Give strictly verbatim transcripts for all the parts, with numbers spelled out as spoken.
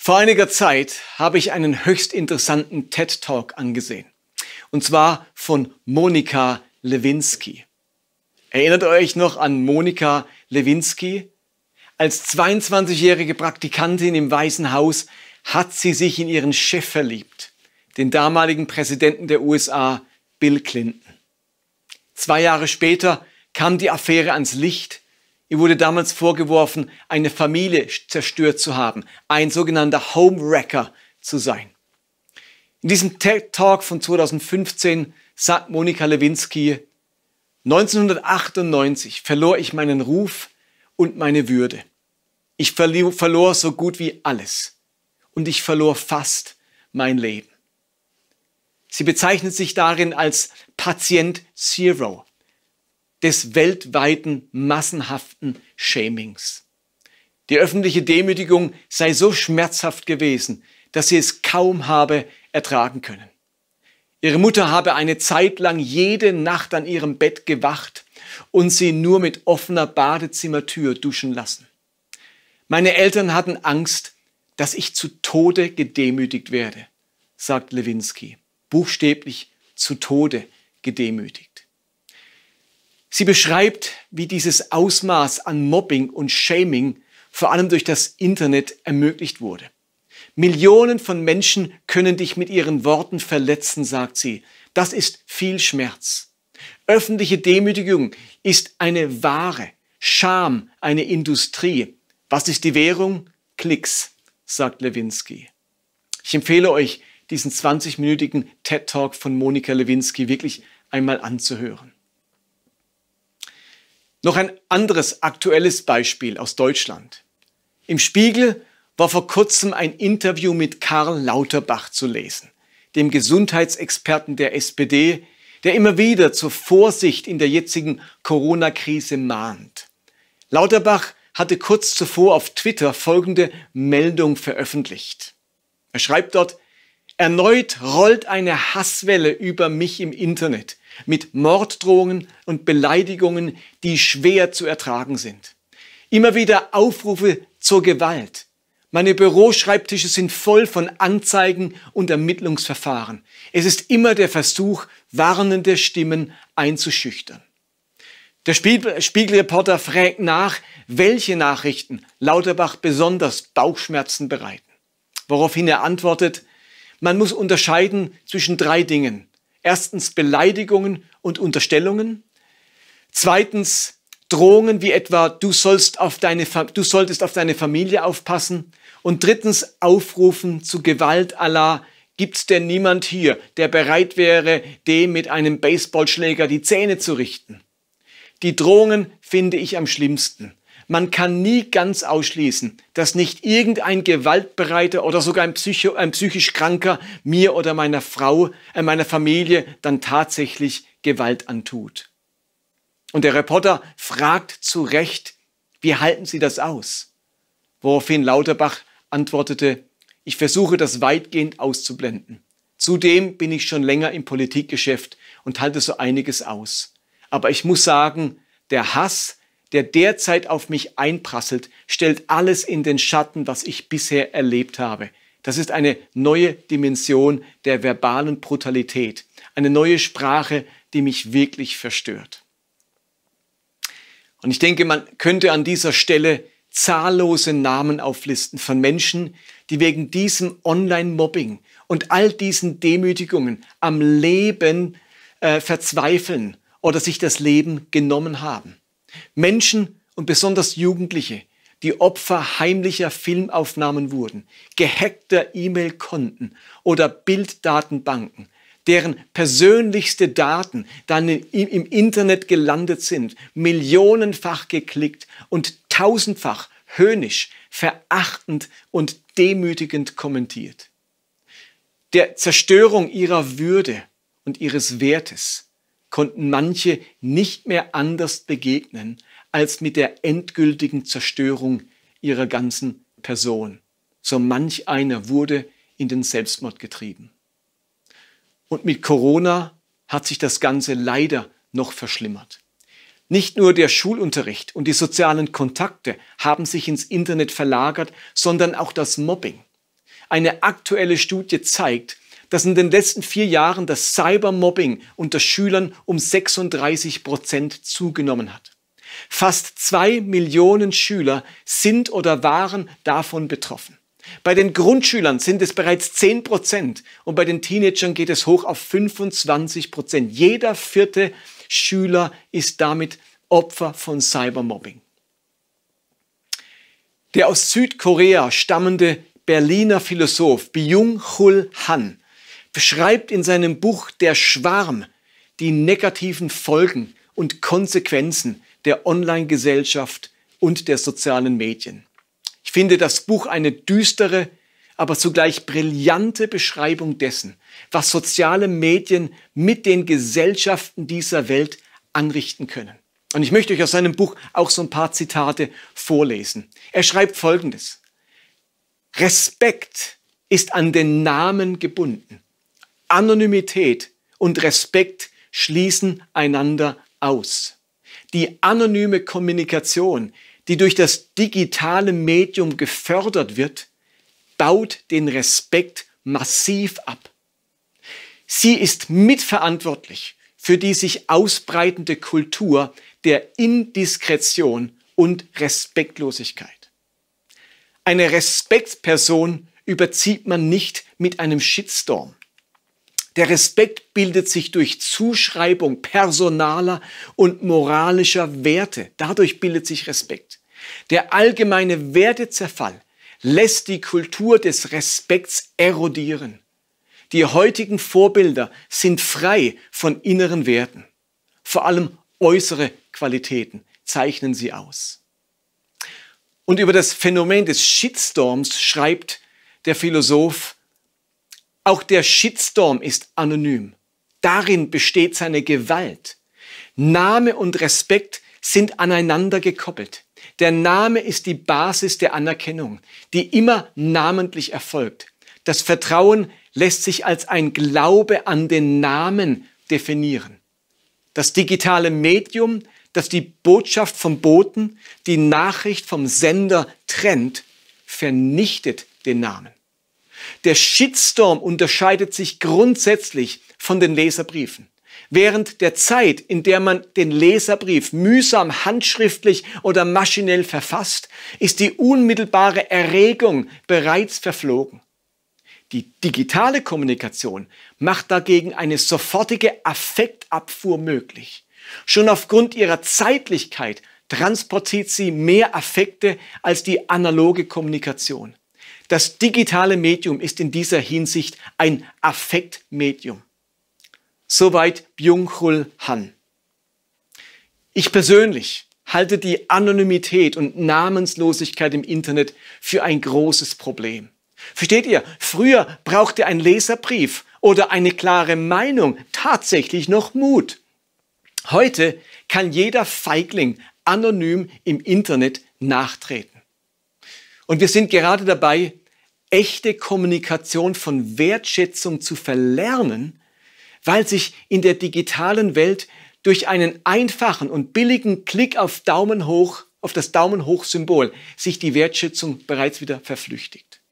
Vor einiger Zeit habe ich einen höchst interessanten TED-Talk angesehen. Und zwar von Monica Lewinsky. Erinnert ihr euch noch an Monica Lewinsky? Als zweiundzwanzigjährige Praktikantin im Weißen Haus hat sie sich in ihren Chef verliebt, den damaligen Präsidenten der U S A, Bill Clinton. Zwei Jahre später kam die Affäre ans Licht. Ihr wurde damals vorgeworfen, eine Familie zerstört zu haben, ein sogenannter Homewrecker zu sein. In diesem TED-Talk von zweitausendfünfzehn sagt Monica Lewinsky: neunzehnhundertachtundneunzig verlor ich meinen Ruf und meine Würde. Ich verlor so gut wie alles und ich verlor fast mein Leben. Sie bezeichnet sich darin als Patient Zero des weltweiten massenhaften Shamings. Die öffentliche Demütigung sei so schmerzhaft gewesen, dass sie es kaum habe ertragen können. Ihre Mutter habe eine Zeit lang jede Nacht an ihrem Bett gewacht und sie nur mit offener Badezimmertür duschen lassen. Meine Eltern hatten Angst, dass ich zu Tode gedemütigt werde, sagt Lewinsky. Buchstäblich zu Tode gedemütigt. Sie beschreibt, wie dieses Ausmaß an Mobbing und Shaming vor allem durch das Internet ermöglicht wurde. Millionen von Menschen können dich mit ihren Worten verletzen, sagt sie. Das ist viel Schmerz. Öffentliche Demütigung ist eine Ware, Scham eine Industrie. Was ist die Währung? Klicks, sagt Lewinsky. Ich empfehle euch, diesen zwanzigminütigen TED-Talk von Monica Lewinsky wirklich einmal anzuhören. Noch ein anderes aktuelles Beispiel aus Deutschland. Im Spiegel war vor kurzem ein Interview mit Karl Lauterbach zu lesen, dem Gesundheitsexperten der S P D, der immer wieder zur Vorsicht in der jetzigen Corona-Krise mahnt. Lauterbach hatte kurz zuvor auf Twitter folgende Meldung veröffentlicht. Er schreibt dort: Erneut rollt eine Hasswelle über mich im Internet mit Morddrohungen und Beleidigungen, die schwer zu ertragen sind. Immer wieder Aufrufe zur Gewalt. Meine Büroschreibtische sind voll von Anzeigen und Ermittlungsverfahren. Es ist immer der Versuch, warnende Stimmen einzuschüchtern. Der Spiegelreporter fragt nach, welche Nachrichten Lauterbach besonders Bauchschmerzen bereiten. Woraufhin er antwortet: Man muss unterscheiden zwischen drei Dingen. Erstens Beleidigungen und Unterstellungen. Zweitens Drohungen wie etwa, du, sollst auf deine, du solltest auf deine Familie aufpassen. Und drittens Aufrufen zu Gewalt à la, gibt's denn niemand hier, der bereit wäre, dem mit einem Baseballschläger die Zähne zu richten? Die Drohungen finde ich am schlimmsten. Man kann nie ganz ausschließen, dass nicht irgendein gewaltbereiter oder sogar ein, Psycho, ein psychisch Kranker mir oder meiner Frau, äh, meiner Familie dann tatsächlich Gewalt antut. Und der Reporter fragt zu Recht: Wie halten Sie das aus? Woraufhin Lauterbach antwortete: Ich versuche das weitgehend auszublenden. Zudem bin ich schon länger im Politikgeschäft und halte so einiges aus. Aber ich muss sagen, der Hass, der derzeit auf mich einprasselt, stellt alles in den Schatten, was ich bisher erlebt habe. Das ist eine neue Dimension der verbalen Brutalität, eine neue Sprache, die mich wirklich verstört. Und ich denke, man könnte an dieser Stelle zahllose Namen auflisten von Menschen, die wegen diesem Online-Mobbing und all diesen Demütigungen am Leben äh, verzweifeln oder sich das Leben genommen haben. Menschen und besonders Jugendliche, die Opfer heimlicher Filmaufnahmen wurden, gehackter E-Mail-Konten oder Bilddatenbanken, deren persönlichste Daten dann im Internet gelandet sind, millionenfach geklickt und tausendfach höhnisch, verachtend und demütigend kommentiert. Der Zerstörung ihrer Würde und ihres Wertes konnten manche nicht mehr anders begegnen als mit der endgültigen Zerstörung ihrer ganzen Person. So manch einer wurde in den Selbstmord getrieben. Und mit Corona hat sich das Ganze leider noch verschlimmert. Nicht nur der Schulunterricht und die sozialen Kontakte haben sich ins Internet verlagert, sondern auch das Mobbing. Eine aktuelle Studie zeigt, dass in den letzten vier Jahren das Cybermobbing unter Schülern um sechsunddreißig Prozent zugenommen hat. Fast zwei Millionen Schüler sind oder waren davon betroffen. Bei den Grundschülern sind es bereits zehn Prozent und bei den Teenagern geht es hoch auf fünfundzwanzig Prozent. Jeder vierte Schüler ist damit Opfer von Cybermobbing. Der aus Südkorea stammende Berliner Philosoph Byung-Chul Han beschreibt in seinem Buch Der Schwarm die negativen Folgen und Konsequenzen der Online-Gesellschaft und der sozialen Medien. Ich finde das Buch eine düstere, aber zugleich brillante Beschreibung dessen, was soziale Medien mit den Gesellschaften dieser Welt anrichten können. Und ich möchte euch aus seinem Buch auch so ein paar Zitate vorlesen. Er schreibt Folgendes: Respekt ist an den Namen gebunden. Anonymität und Respekt schließen einander aus. Die anonyme Kommunikation, die durch das digitale Medium gefördert wird, baut den Respekt massiv ab. Sie ist mitverantwortlich für die sich ausbreitende Kultur der Indiskretion und Respektlosigkeit. Eine Respektsperson überzieht man nicht mit einem Shitstorm. Der Respekt bildet sich durch Zuschreibung personaler und moralischer Werte. Dadurch bildet sich Respekt. Der allgemeine Wertezerfall lässt die Kultur des Respekts erodieren. Die heutigen Vorbilder sind frei von inneren Werten. Vor allem äußere Qualitäten zeichnen sie aus. Und über das Phänomen des Shitstorms schreibt der Philosoph: Auch der Shitstorm ist anonym. Darin besteht seine Gewalt. Name und Respekt sind aneinander gekoppelt. Der Name ist die Basis der Anerkennung, die immer namentlich erfolgt. Das Vertrauen lässt sich als ein Glaube an den Namen definieren. Das digitale Medium, das die Botschaft vom Boten, die Nachricht vom Sender trennt, vernichtet den Namen. Der Shitstorm unterscheidet sich grundsätzlich von den Leserbriefen. Während der Zeit, in der man den Leserbrief mühsam handschriftlich oder maschinell verfasst, ist die unmittelbare Erregung bereits verflogen. Die digitale Kommunikation macht dagegen eine sofortige Affektabfuhr möglich. Schon aufgrund ihrer Zeitlichkeit transportiert sie mehr Affekte als die analoge Kommunikation. Das digitale Medium ist in dieser Hinsicht ein Affektmedium. Soweit Byung-Chul Han. Ich persönlich halte die Anonymität und Namenslosigkeit im Internet für ein großes Problem. Versteht ihr? Früher brauchte ein Leserbrief oder eine klare Meinung tatsächlich noch Mut. Heute kann jeder Feigling anonym im Internet nachtreten. Und wir sind gerade dabei, echte Kommunikation von Wertschätzung zu verlernen, weil sich in der digitalen Welt durch einen einfachen und billigen Klick auf Daumen hoch, auf das Daumen hoch Symbol, sich die Wertschätzung bereits wieder verflüchtigt.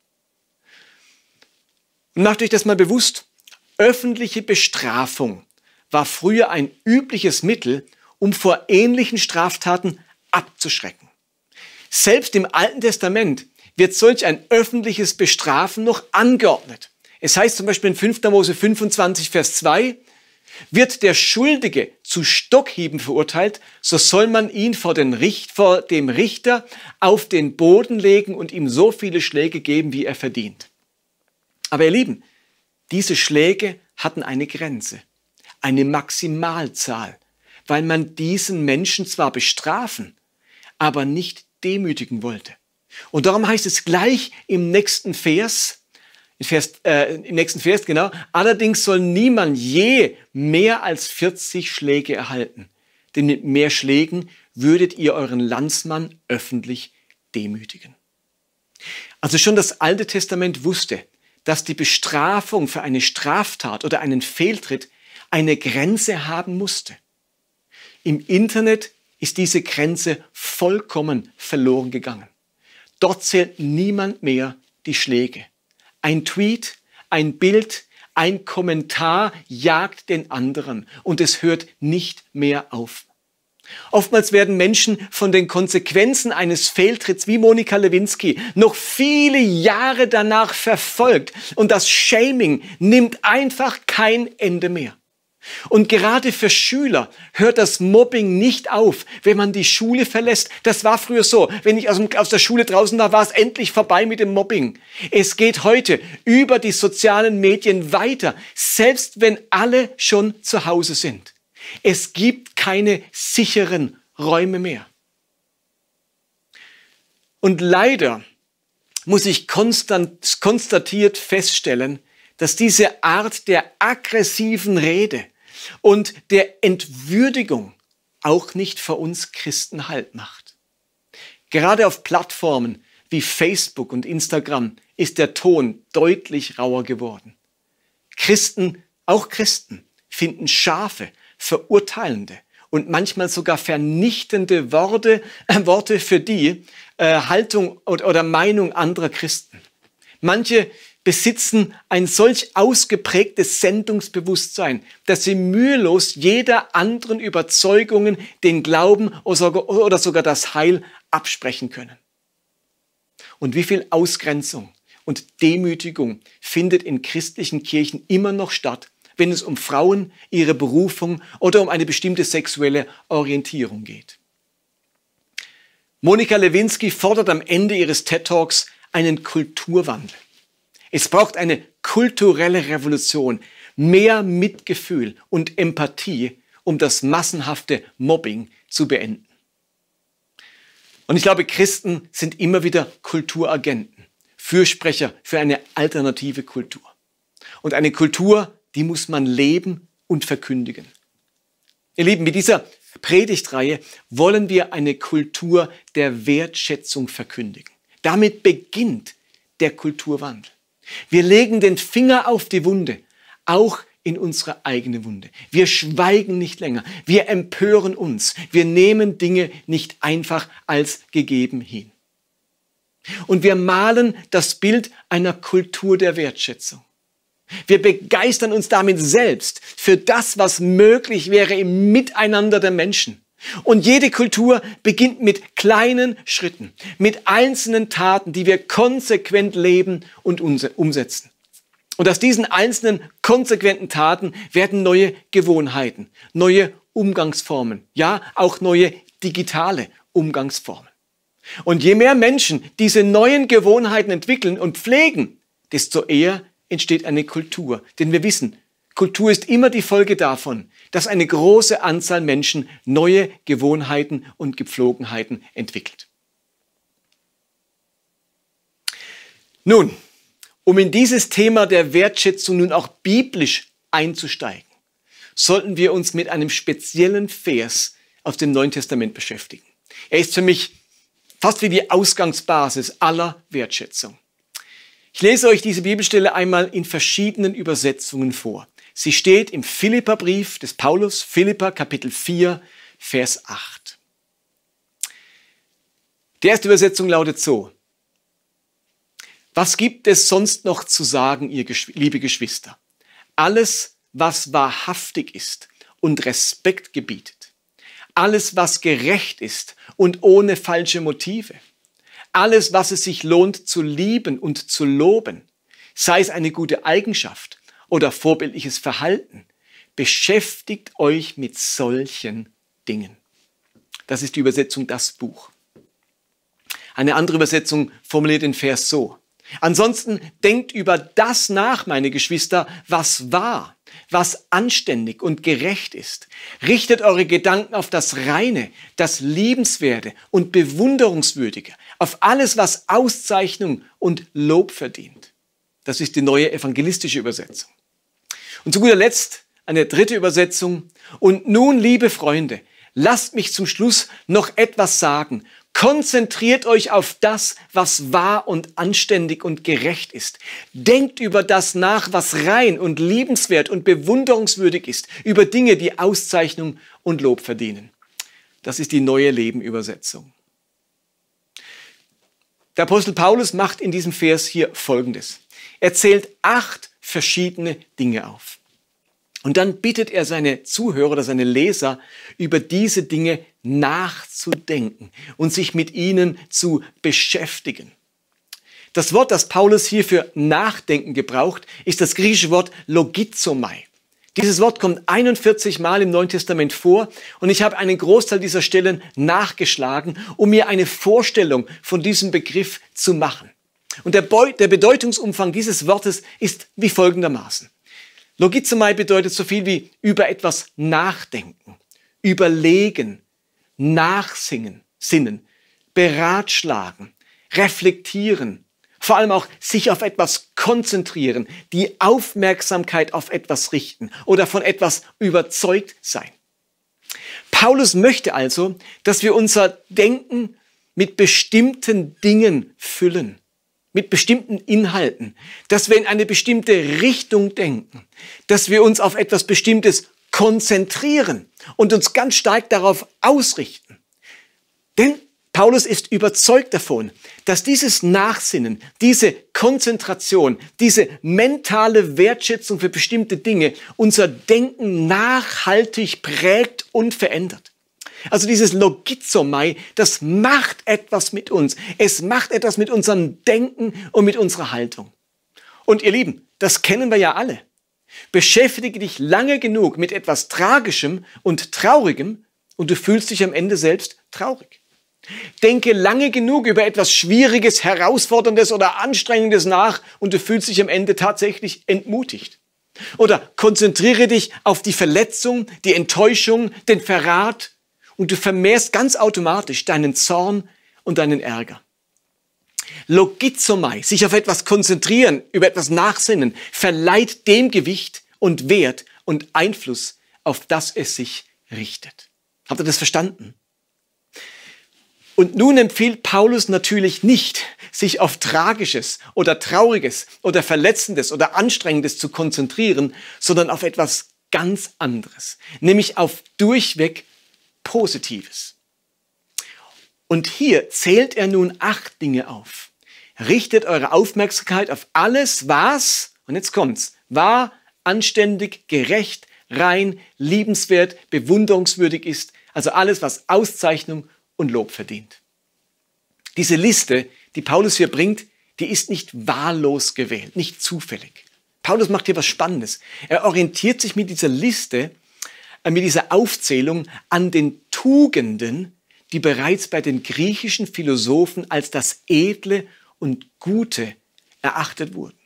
Und macht euch das mal bewusst: Öffentliche Bestrafung war früher ein übliches Mittel, um vor ähnlichen Straftaten abzuschrecken. Selbst im Alten Testament wird solch ein öffentliches Bestrafen noch angeordnet. Es heißt zum Beispiel in fünfter Mose fünfundzwanzig, Vers zwei, wird der Schuldige zu Stockhieben verurteilt, so soll man ihn vor, den Richt, vor dem Richter auf den Boden legen und ihm so viele Schläge geben, wie er verdient. Aber ihr Lieben, diese Schläge hatten eine Grenze, eine Maximalzahl, weil man diesen Menschen zwar bestrafen, aber nicht demütigen wollte. Und darum heißt es gleich im nächsten Vers, Vers äh, im nächsten Vers genau, allerdings soll niemand je mehr als vierzig Schläge erhalten, denn mit mehr Schlägen würdet ihr euren Landsmann öffentlich demütigen. Also schon das Alte Testament wusste, dass die Bestrafung für eine Straftat oder einen Fehltritt eine Grenze haben musste. Im Internet ist diese Grenze vollkommen verloren gegangen. Dort zählt niemand mehr die Schläge. Ein Tweet, ein Bild, ein Kommentar jagt den anderen und es hört nicht mehr auf. Oftmals werden Menschen von den Konsequenzen eines Fehltritts wie Monika Lewinsky noch viele Jahre danach verfolgt und das Shaming nimmt einfach kein Ende mehr. Und gerade für Schüler hört das Mobbing nicht auf, wenn man die Schule verlässt. Das war früher so. Wenn ich aus, dem, aus der Schule draußen war, war es endlich vorbei mit dem Mobbing. Es geht heute über die sozialen Medien weiter, selbst wenn alle schon zu Hause sind. Es gibt keine sicheren Räume mehr. Und leider muss ich konstant, konstatiert feststellen, dass diese Art der aggressiven Rede und der Entwürdigung auch nicht für uns Christen Halt macht. Gerade auf Plattformen wie Facebook und Instagram ist der Ton deutlich rauer geworden. Christen, auch Christen, finden scharfe, verurteilende und manchmal sogar vernichtende Worte, äh, Worte für die äh, Haltung oder, oder Meinung anderer Christen. Manche besitzen ein solch ausgeprägtes Sendungsbewusstsein, dass sie mühelos jeder anderen Überzeugungen den Glauben oder sogar das Heil absprechen können. Und wie viel Ausgrenzung und Demütigung findet in christlichen Kirchen immer noch statt, wenn es um Frauen, ihre Berufung oder um eine bestimmte sexuelle Orientierung geht. Monika Lewinsky fordert am Ende ihres TED-Talks einen Kulturwandel. Es braucht eine kulturelle Revolution, mehr Mitgefühl und Empathie, um das massenhafte Mobbing zu beenden. Und ich glaube, Christen sind immer wieder Kulturagenten, Fürsprecher für eine alternative Kultur. Und eine Kultur, die muss man leben und verkündigen. Ihr Lieben, mit dieser Predigtreihe wollen wir eine Kultur der Wertschätzung verkündigen. Damit beginnt der Kulturwandel. Wir legen den Finger auf die Wunde, auch in unsere eigene Wunde. Wir schweigen nicht länger. Wir empören uns. Wir nehmen Dinge nicht einfach als gegeben hin. Und wir malen das Bild einer Kultur der Wertschätzung. Wir begeistern uns damit selbst für das, was möglich wäre im Miteinander der Menschen. Und jede Kultur beginnt mit kleinen Schritten, mit einzelnen Taten, die wir konsequent leben und umsetzen. Und aus diesen einzelnen konsequenten Taten werden neue Gewohnheiten, neue Umgangsformen, ja auch neue digitale Umgangsformen. Und je mehr Menschen diese neuen Gewohnheiten entwickeln und pflegen, desto eher entsteht eine Kultur. Denn wir wissen, Kultur ist immer die Folge davon, dass eine große Anzahl Menschen neue Gewohnheiten und Gepflogenheiten entwickelt. Nun, um in dieses Thema der Wertschätzung nun auch biblisch einzusteigen, sollten wir uns mit einem speziellen Vers aus dem Neuen Testament beschäftigen. Er ist für mich fast wie die Ausgangsbasis aller Wertschätzung. Ich lese euch diese Bibelstelle einmal in verschiedenen Übersetzungen vor. Sie steht im Philipperbrief des Paulus, Philipper Kapitel vier, Vers acht. Die erste Übersetzung lautet so: Was gibt es sonst noch zu sagen, ihr liebe Geschwister? Alles, was wahrhaftig ist und Respekt gebietet. Alles, was gerecht ist und ohne falsche Motive. Alles, was es sich lohnt zu lieben und zu loben, sei es eine gute Eigenschaft oder vorbildliches Verhalten, beschäftigt euch mit solchen Dingen. Das ist die Übersetzung Das Buch. Eine andere Übersetzung formuliert den Vers so: Ansonsten denkt über das nach, meine Geschwister, was wahr, was anständig und gerecht ist. Richtet eure Gedanken auf das Reine, das Liebenswerte und Bewunderungswürdige, auf alles, was Auszeichnung und Lob verdient. Das ist die neue evangelistische Übersetzung. Und zu guter Letzt eine dritte Übersetzung. Und nun, liebe Freunde, lasst mich zum Schluss noch etwas sagen. Konzentriert euch auf das, was wahr und anständig und gerecht ist. Denkt über das nach, was rein und liebenswert und bewunderungswürdig ist, über Dinge, die Auszeichnung und Lob verdienen. Das ist die neue Leben-Übersetzung. Der Apostel Paulus macht in diesem Vers hier Folgendes. Er zählt acht verschiedene Dinge auf. Und dann bittet er seine Zuhörer oder seine Leser, über diese Dinge nachzudenken und sich mit ihnen zu beschäftigen. Das Wort, das Paulus hier für Nachdenken gebraucht, ist das griechische Wort logizomai. Dieses Wort kommt einundvierzig Mal im Neuen Testament vor und ich habe einen Großteil dieser Stellen nachgeschlagen, um mir eine Vorstellung von diesem Begriff zu machen. Und der, Be- der Bedeutungsumfang dieses Wortes ist wie folgendermaßen. Logizomai bedeutet so viel wie über etwas nachdenken, überlegen, nachsingen, sinnen, beratschlagen, reflektieren, vor allem auch sich auf etwas konzentrieren, die Aufmerksamkeit auf etwas richten oder von etwas überzeugt sein. Paulus möchte also, dass wir unser Denken mit bestimmten Dingen füllen, mit bestimmten Inhalten, dass wir in eine bestimmte Richtung denken, dass wir uns auf etwas Bestimmtes konzentrieren und uns ganz stark darauf ausrichten. Denn Paulus ist überzeugt davon, dass dieses Nachsinnen, diese Konzentration, diese mentale Wertschätzung für bestimmte Dinge unser Denken nachhaltig prägt und verändert. Also dieses Logizomai, das macht etwas mit uns. Es macht etwas mit unserem Denken und mit unserer Haltung. Und ihr Lieben, das kennen wir ja alle. Beschäftige dich lange genug mit etwas Tragischem und Traurigem und du fühlst dich am Ende selbst traurig. Denke lange genug über etwas Schwieriges, Herausforderndes oder Anstrengendes nach und du fühlst dich am Ende tatsächlich entmutigt. Oder konzentriere dich auf die Verletzung, die Enttäuschung, den Verrat und du vermehrst ganz automatisch deinen Zorn und deinen Ärger. Logizomai, sich auf etwas konzentrieren, über etwas nachsinnen, verleiht dem Gewicht und Wert und Einfluss, auf das es sich richtet. Habt ihr das verstanden? Und nun empfiehlt Paulus natürlich nicht, sich auf Tragisches oder Trauriges oder Verletzendes oder Anstrengendes zu konzentrieren, sondern auf etwas ganz anderes, nämlich auf durchweg Positives. Und hier zählt er nun acht Dinge auf. Richtet eure Aufmerksamkeit auf alles, was, und jetzt kommt's, wahr, anständig, gerecht, rein, liebenswert, bewunderungswürdig ist, also alles, was Auszeichnung und Lob verdient. Diese Liste, die Paulus hier bringt, die ist nicht wahllos gewählt, nicht zufällig. Paulus macht hier was Spannendes. Er orientiert sich mit dieser Liste, äh, mit dieser Aufzählung an den Tugenden, die bereits bei den griechischen Philosophen als das Edle und Gute erachtet wurden.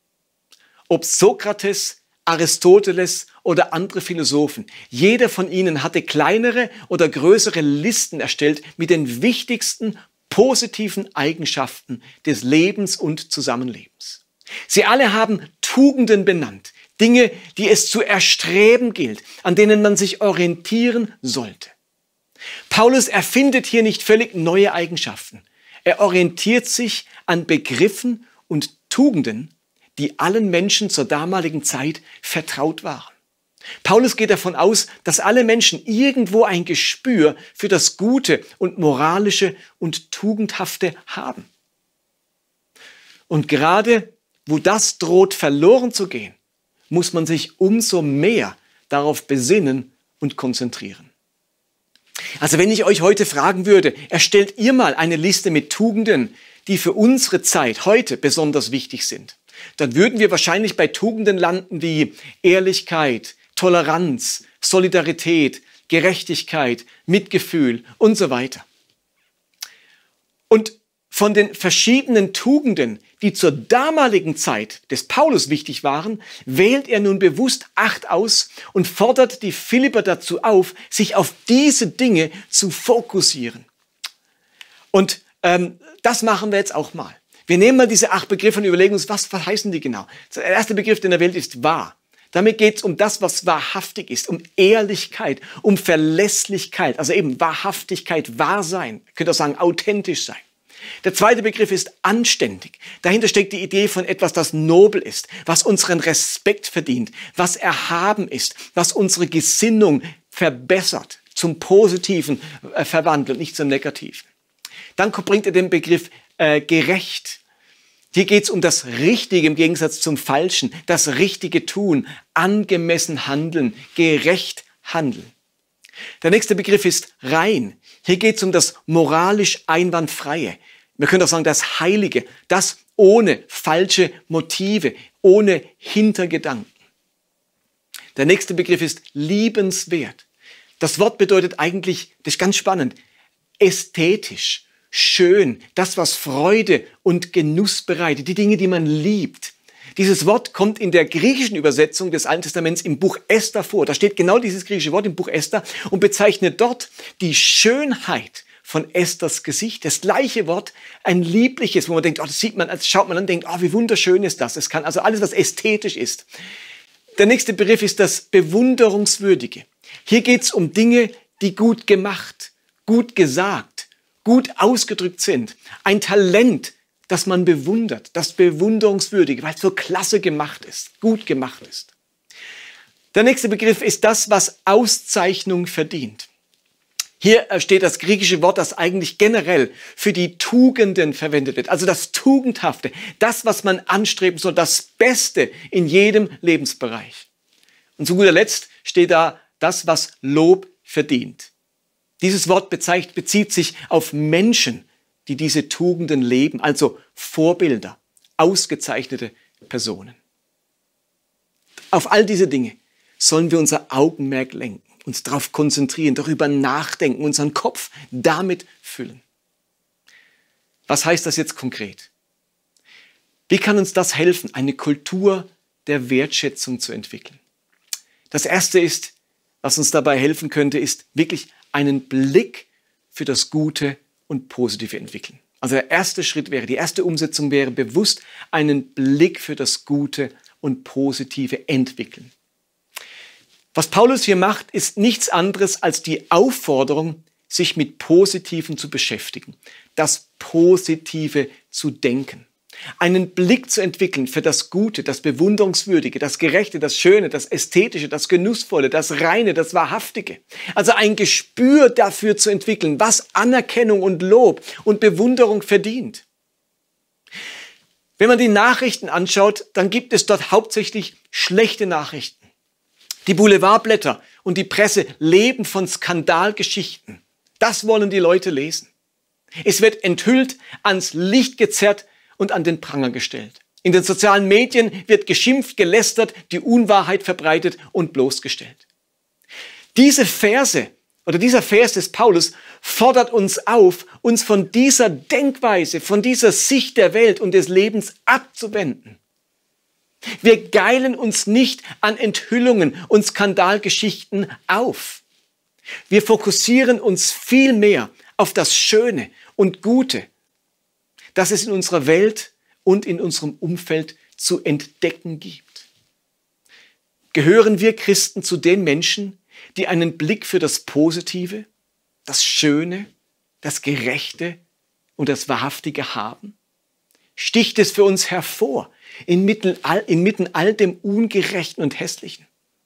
Ob Sokrates, Aristoteles oder andere Philosophen. Jeder von ihnen hatte kleinere oder größere Listen erstellt mit den wichtigsten positiven Eigenschaften des Lebens und Zusammenlebens. Sie alle haben Tugenden benannt, Dinge, die es zu erstreben gilt, an denen man sich orientieren sollte. Paulus erfindet hier nicht völlig neue Eigenschaften. Er orientiert sich an Begriffen und Tugenden, die allen Menschen zur damaligen Zeit vertraut waren. Paulus geht davon aus, dass alle Menschen irgendwo ein Gespür für das Gute und Moralische und Tugendhafte haben. Und gerade wo das droht verloren zu gehen, muss man sich umso mehr darauf besinnen und konzentrieren. Also wenn ich euch heute fragen würde, erstellt ihr mal eine Liste mit Tugenden, die für unsere Zeit heute besonders wichtig sind, dann würden wir wahrscheinlich bei Tugenden landen wie Ehrlichkeit, Toleranz, Solidarität, Gerechtigkeit, Mitgefühl und so weiter. Und von den verschiedenen Tugenden, die zur damaligen Zeit des Paulus wichtig waren, wählt er nun bewusst acht aus und fordert die Philipper dazu auf, sich auf diese Dinge zu fokussieren. Und ähm, das machen wir jetzt auch mal. Wir nehmen mal diese acht Begriffe und überlegen uns, was, was heißen die genau? Der erste Begriff, den er wählt, ist wahr. Damit geht es um das, was wahrhaftig ist, um Ehrlichkeit, um Verlässlichkeit, also eben Wahrhaftigkeit, Wahrsein, ihr könnt auch sagen, authentisch sein. Der zweite Begriff ist anständig. Dahinter steckt die Idee von etwas, das nobel ist, was unseren Respekt verdient, was erhaben ist, was unsere Gesinnung verbessert, zum Positiven äh, verwandelt, nicht zum Negativen. Dann bringt er den Begriff äh, gerecht. Hier geht es um das Richtige im Gegensatz zum Falschen, das richtige Tun, angemessen handeln, gerecht handeln. Der nächste Begriff ist rein. Hier geht es um das moralisch Einwandfreie. Wir können auch sagen, das Heilige, das ohne falsche Motive, ohne Hintergedanken. Der nächste Begriff ist liebenswert. Das Wort bedeutet eigentlich, das ist ganz spannend, ästhetisch, schön, das, was Freude und Genuss bereitet, die Dinge, die man liebt. Dieses Wort kommt in der griechischen Übersetzung des Alten Testaments im Buch Esther vor. Da steht genau dieses griechische Wort im Buch Esther und bezeichnet dort die Schönheit von Esthers Gesicht. Das gleiche Wort, ein liebliches, wo man denkt, oh, das sieht man, das schaut man an und denkt, oh, wie wunderschön ist das. Es kann also alles, was ästhetisch ist. Der nächste Begriff ist das Bewunderungswürdige. Hier geht es um Dinge, die gut gemacht, gut gesagt, gut ausgedrückt sind. Ein Talent, das man bewundert, das Bewunderungswürdige, weil es so klasse gemacht ist, gut gemacht ist. Der nächste Begriff ist das, was Auszeichnung verdient. Hier steht das griechische Wort, das eigentlich generell für die Tugenden verwendet wird. Also das Tugendhafte, das, was man anstreben soll, das Beste in jedem Lebensbereich. Und zu guter Letzt steht da das, was Lob verdient. Dieses Wort bezeichnet, bezieht sich auf Menschen, die diese Tugenden leben, also Vorbilder, ausgezeichnete Personen. Auf all diese Dinge sollen wir unser Augenmerk lenken, uns darauf konzentrieren, darüber nachdenken, unseren Kopf damit füllen. Was heißt das jetzt konkret? Wie kann uns das helfen, eine Kultur der Wertschätzung zu entwickeln? Das Erste ist, was uns dabei helfen könnte, ist wirklich einen Blick für das Gute und Positive entwickeln. Also der erste Schritt wäre, die erste Umsetzung wäre bewusst einen Blick für das Gute und Positive entwickeln. Was Paulus hier macht, ist nichts anderes als die Aufforderung, sich mit Positiven zu beschäftigen, das Positive zu denken, einen Blick zu entwickeln für das Gute, das Bewunderungswürdige, das Gerechte, das Schöne, das Ästhetische, das Genussvolle, das Reine, das Wahrhaftige. Also ein Gespür dafür zu entwickeln, was Anerkennung und Lob und Bewunderung verdient. Wenn man die Nachrichten anschaut, dann gibt es dort hauptsächlich schlechte Nachrichten. Die Boulevardblätter und die Presse leben von Skandalgeschichten. Das wollen die Leute lesen. Es wird enthüllt, ans Licht gezerrt und an den Pranger gestellt. In den sozialen Medien wird geschimpft, gelästert, die Unwahrheit verbreitet und bloßgestellt. Diese Verse oder dieser Vers des Paulus fordert uns auf, uns von dieser Denkweise, von dieser Sicht der Welt und des Lebens abzuwenden. Wir geilen uns nicht an Enthüllungen und Skandalgeschichten auf. Wir fokussieren uns vielmehr auf das Schöne und Gute, das es in unserer Welt und in unserem Umfeld zu entdecken gibt. Gehören wir Christen zu den Menschen, die einen Blick für das Positive, das Schöne, das Gerechte und das Wahrhaftige haben? Sticht es für uns hervor, inmitten all, inmitten all dem Ungerechten und Hässlichen?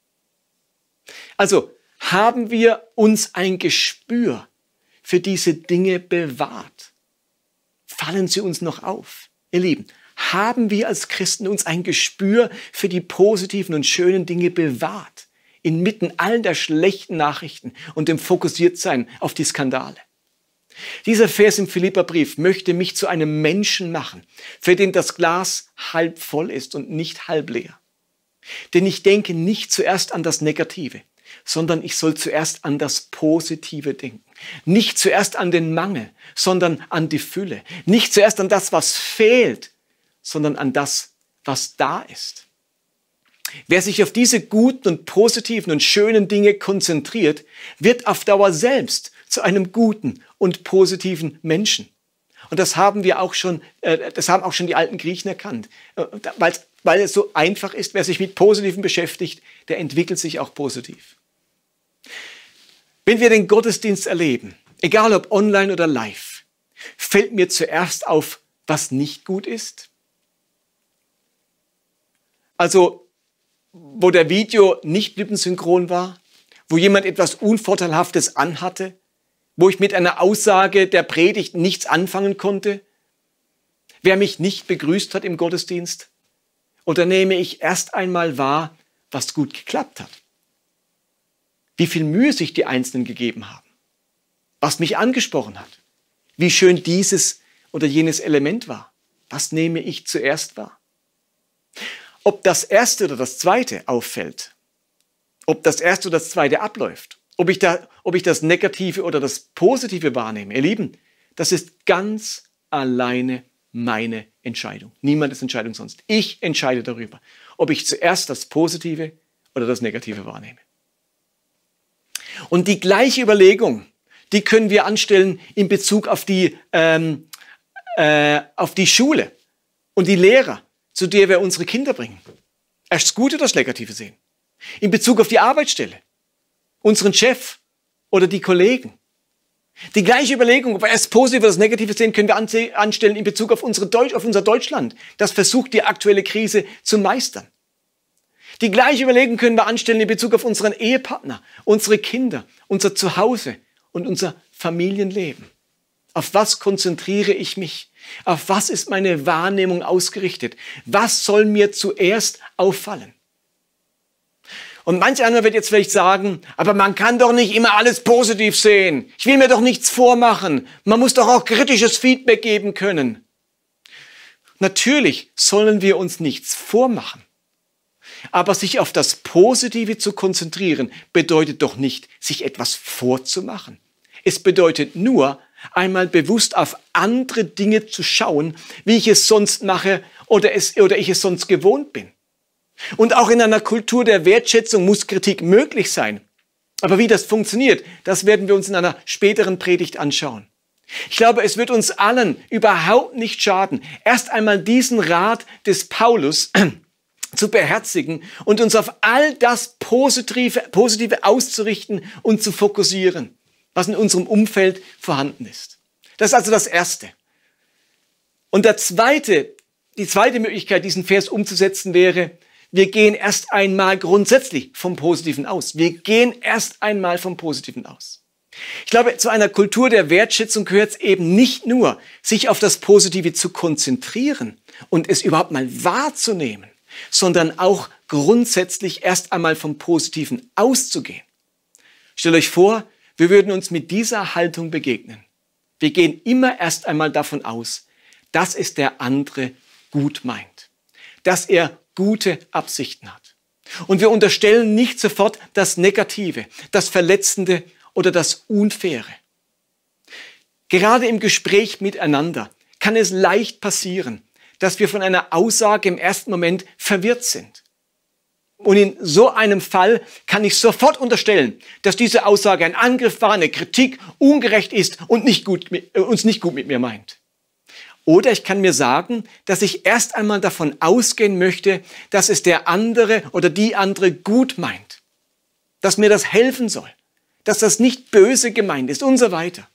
Also haben wir uns ein Gespür für diese Dinge bewahrt? Fallen sie uns noch auf? Ihr Lieben, haben wir als Christen uns ein Gespür für die positiven und schönen Dinge bewahrt, inmitten all der schlechten Nachrichten und dem Fokussiertsein auf die Skandale? Dieser Vers im Philipperbrief möchte mich zu einem Menschen machen, für den das Glas halb voll ist und nicht halb leer. Denn ich denke nicht zuerst an das Negative, sondern ich soll zuerst an das Positive denken. Nicht zuerst an den Mangel, sondern an die Fülle. Nicht zuerst an das, was fehlt, sondern an das, was da ist. Wer sich auf diese guten und positiven und schönen Dinge konzentriert, wird auf Dauer selbst zu einem guten und positiven Menschen. Und das haben wir auch schon, äh, das haben auch schon die alten Griechen erkannt. Äh, weil, weil es so einfach ist, wer sich mit Positiven beschäftigt, der entwickelt sich auch positiv. Wenn wir den Gottesdienst erleben, egal ob online oder live, fällt mir zuerst auf, was nicht gut ist. Also, wo der Video nicht lippensynchron war, wo jemand etwas Unvorteilhaftes anhatte, wo ich mit einer Aussage der Predigt nichts anfangen konnte, wer mich nicht begrüßt hat im Gottesdienst? Oder nehme ich erst einmal wahr, was gut geklappt hat? Wie viel Mühe sich die Einzelnen gegeben haben? Was mich angesprochen hat? Wie schön dieses oder jenes Element war? Was nehme ich zuerst wahr? Ob das erste oder das zweite auffällt, ob das erste oder das zweite abläuft, ob ich, da, ob ich das Negative oder das Positive wahrnehme, ihr Lieben, das ist ganz alleine meine Entscheidung. Niemand ist Entscheidung sonst. Ich entscheide darüber, ob ich zuerst das Positive oder das Negative wahrnehme. Und die gleiche Überlegung, die können wir anstellen in Bezug auf die, ähm, äh, auf die Schule und die Lehrer, zu der wir unsere Kinder bringen. Erst das Gute oder das Negative sehen. In Bezug auf die Arbeitsstelle, unseren Chef oder die Kollegen. Die gleiche Überlegung, ob wir erst Positive oder das Negative sehen, können wir anstellen in Bezug auf, unsere Deutsch, auf unser Deutschland, das versucht, die aktuelle Krise zu meistern. Die gleiche Überlegung können wir anstellen in Bezug auf unseren Ehepartner, unsere Kinder, unser Zuhause und unser Familienleben. Auf was konzentriere ich mich? Auf was ist meine Wahrnehmung ausgerichtet? Was soll mir zuerst auffallen? Und manch einer wird jetzt vielleicht sagen, aber man kann doch nicht immer alles positiv sehen. Ich will mir doch nichts vormachen. Man muss doch auch kritisches Feedback geben können. Natürlich sollen wir uns nichts vormachen. Aber sich auf das Positive zu konzentrieren, bedeutet doch nicht, sich etwas vorzumachen. Es bedeutet nur, einmal bewusst auf andere Dinge zu schauen, wie ich es sonst mache oder, es, oder ich es sonst gewohnt bin. Und auch in einer Kultur der Wertschätzung muss Kritik möglich sein. Aber wie das funktioniert, das werden wir uns in einer späteren Predigt anschauen. Ich glaube, es wird uns allen überhaupt nicht schaden, erst einmal diesen Rat des Paulus zu beherzigen und uns auf all das Positive, Positive auszurichten und zu fokussieren, was in unserem Umfeld vorhanden ist. Das ist also das Erste. Und der zweite, die zweite Möglichkeit, diesen Vers umzusetzen, wäre, wir gehen erst einmal grundsätzlich vom Positiven aus. Wir gehen erst einmal vom Positiven aus. Ich glaube, zu einer Kultur der Wertschätzung gehört es eben nicht nur, sich auf das Positive zu konzentrieren und es überhaupt mal wahrzunehmen, sondern auch grundsätzlich erst einmal vom Positiven auszugehen. Stellt euch vor, wir würden uns mit dieser Haltung begegnen. Wir gehen immer erst einmal davon aus, dass es der andere gut meint, dass er gute Absichten hat. Und wir unterstellen nicht sofort das Negative, das Verletzende oder das Unfaire. Gerade im Gespräch miteinander kann es leicht passieren, dass wir von einer Aussage im ersten Moment verwirrt sind. Und in so einem Fall kann ich sofort unterstellen, dass diese Aussage ein Angriff war, eine Kritik, ungerecht ist und nicht gut, uns nicht gut mit mir meint. Oder ich kann mir sagen, dass ich erst einmal davon ausgehen möchte, dass es der andere oder die andere gut meint. Dass mir das helfen soll. Dass das nicht böse gemeint ist und so weiter.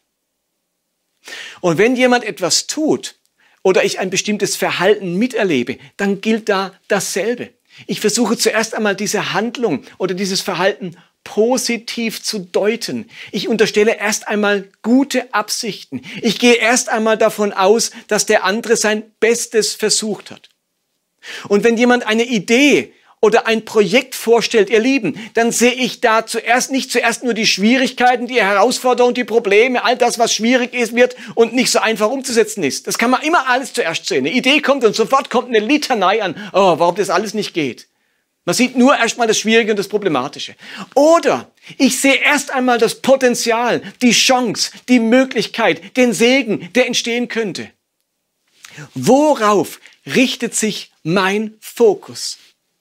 Und wenn jemand etwas tut oder ich ein bestimmtes Verhalten miterlebe, dann gilt da dasselbe. Ich versuche zuerst einmal diese Handlung oder dieses Verhalten positiv zu deuten. Ich unterstelle erst einmal gute Absichten. Ich gehe erst einmal davon aus, dass der andere sein Bestes versucht hat. Und wenn jemand eine Idee oder ein Projekt vorstellt, ihr Lieben, dann sehe ich da zuerst nicht zuerst nur die Schwierigkeiten, die Herausforderungen, die Probleme, all das, was schwierig ist, wird und nicht so einfach umzusetzen ist. Das kann man immer alles zuerst sehen. Eine Idee kommt und sofort kommt eine Litanei an, oh, warum das alles nicht geht. Man sieht nur erstmal das Schwierige und das Problematische. Oder ich sehe erst einmal das Potenzial, die Chance, die Möglichkeit, den Segen, der entstehen könnte. Worauf richtet sich mein Fokus?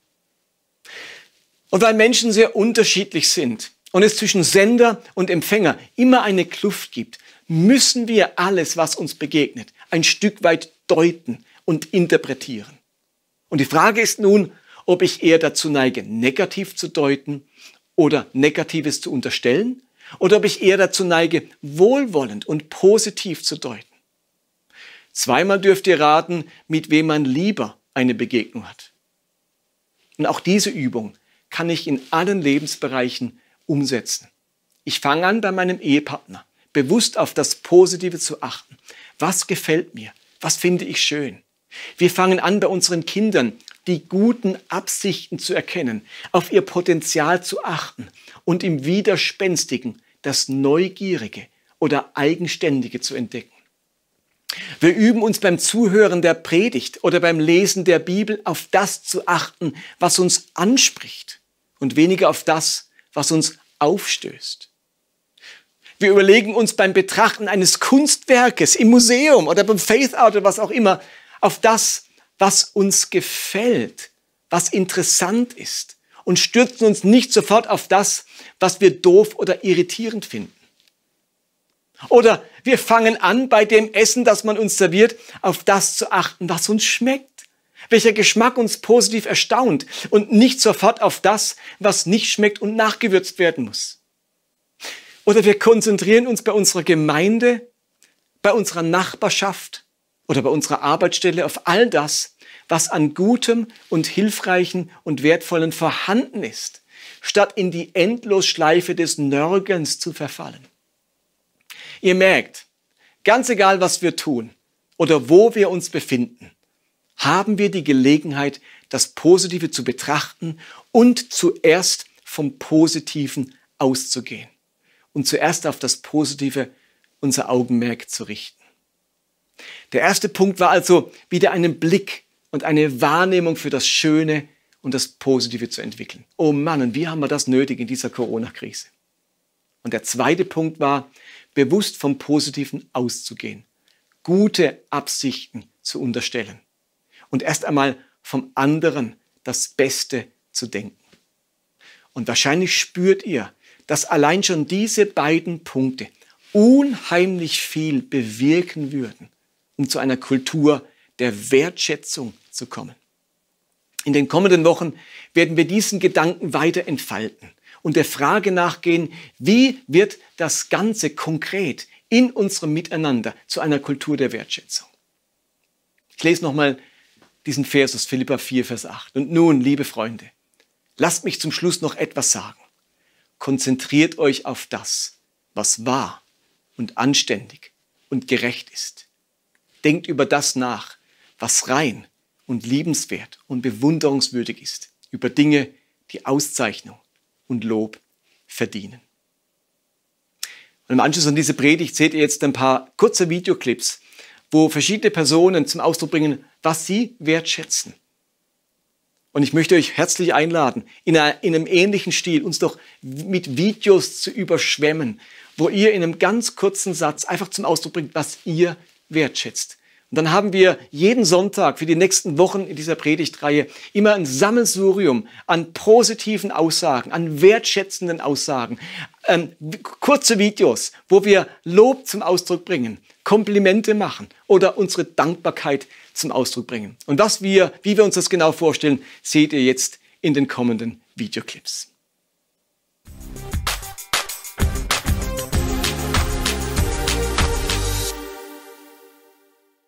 Und weil Menschen sehr unterschiedlich sind und es zwischen Sender und Empfänger immer eine Kluft gibt, müssen wir alles, was uns begegnet, ein Stück weit deuten und interpretieren. Und die Frage ist nun, ob ich eher dazu neige, negativ zu deuten oder Negatives zu unterstellen, oder ob ich eher dazu neige, wohlwollend und positiv zu deuten. Zweimal dürft ihr raten, mit wem man lieber eine Begegnung hat. Und auch diese Übung kann ich in allen Lebensbereichen umsetzen. Ich fange an bei meinem Ehepartner, bewusst auf das Positive zu achten. Was gefällt mir? Was finde ich schön? Wir fangen an, bei unseren Kindern die guten Absichten zu erkennen, auf ihr Potenzial zu achten und im Widerspenstigen das Neugierige oder Eigenständige zu entdecken. Wir üben uns beim Zuhören der Predigt oder beim Lesen der Bibel auf das zu achten, was uns anspricht und weniger auf das, was uns aufstößt. Wir überlegen uns beim Betrachten eines Kunstwerkes im Museum oder beim Faith Out oder was auch immer auf das, was uns gefällt, was interessant ist und stürzen uns nicht sofort auf das, was wir doof oder irritierend finden. Oder wir fangen an, bei dem Essen, das man uns serviert, auf das zu achten, was uns schmeckt, welcher Geschmack uns positiv erstaunt und nicht sofort auf das, was nicht schmeckt und nachgewürzt werden muss. Oder wir konzentrieren uns bei unserer Gemeinde, bei unserer Nachbarschaft oder bei unserer Arbeitsstelle auf all das, was an Gutem und Hilfreichen und Wertvollen vorhanden ist, statt in die Endlosschleife des Nörgelns zu verfallen. Ihr merkt, ganz egal, was wir tun oder wo wir uns befinden, haben wir die Gelegenheit, das Positive zu betrachten und zuerst vom Positiven auszugehen und zuerst auf das Positive unser Augenmerk zu richten. Der erste Punkt war also, wieder einen Blick und eine Wahrnehmung für das Schöne und das Positive zu entwickeln. Oh Mann, und wie haben wir das nötig in dieser Corona-Krise? Und der zweite Punkt war, bewusst vom Positiven auszugehen, gute Absichten zu unterstellen und erst einmal vom anderen das Beste zu denken. Und wahrscheinlich spürt ihr, dass allein schon diese beiden Punkte unheimlich viel bewirken würden, um zu einer Kultur der Wertschätzung zu kommen. In den kommenden Wochen werden wir diesen Gedanken weiter entfalten und der Frage nachgehen, wie wird das Ganze konkret in unserem Miteinander zu einer Kultur der Wertschätzung. Ich lese nochmal diesen Vers aus Philipper vier, Vers acht. Und nun, liebe Freunde, lasst mich zum Schluss noch etwas sagen. Konzentriert euch auf das, was wahr und anständig und gerecht ist. Denkt über das nach, was rein und liebenswert und bewunderungswürdig ist, über Dinge, die Auszeichnung und Lob verdienen. Und im Anschluss an diese Predigt seht ihr jetzt ein paar kurze Videoclips, wo verschiedene Personen zum Ausdruck bringen, was sie wertschätzen. Und ich möchte euch herzlich einladen, in einem ähnlichen Stil uns doch mit Videos zu überschwemmen, wo ihr in einem ganz kurzen Satz einfach zum Ausdruck bringt, was ihr wertschätzt. Und dann haben wir jeden Sonntag für die nächsten Wochen in dieser Predigtreihe immer ein Sammelsurium an positiven Aussagen, an wertschätzenden Aussagen, ähm, kurze Videos, wo wir Lob zum Ausdruck bringen, Komplimente machen oder unsere Dankbarkeit zum Ausdruck bringen. Und was wir, wie wir uns das genau vorstellen, seht ihr jetzt in den kommenden Videoclips.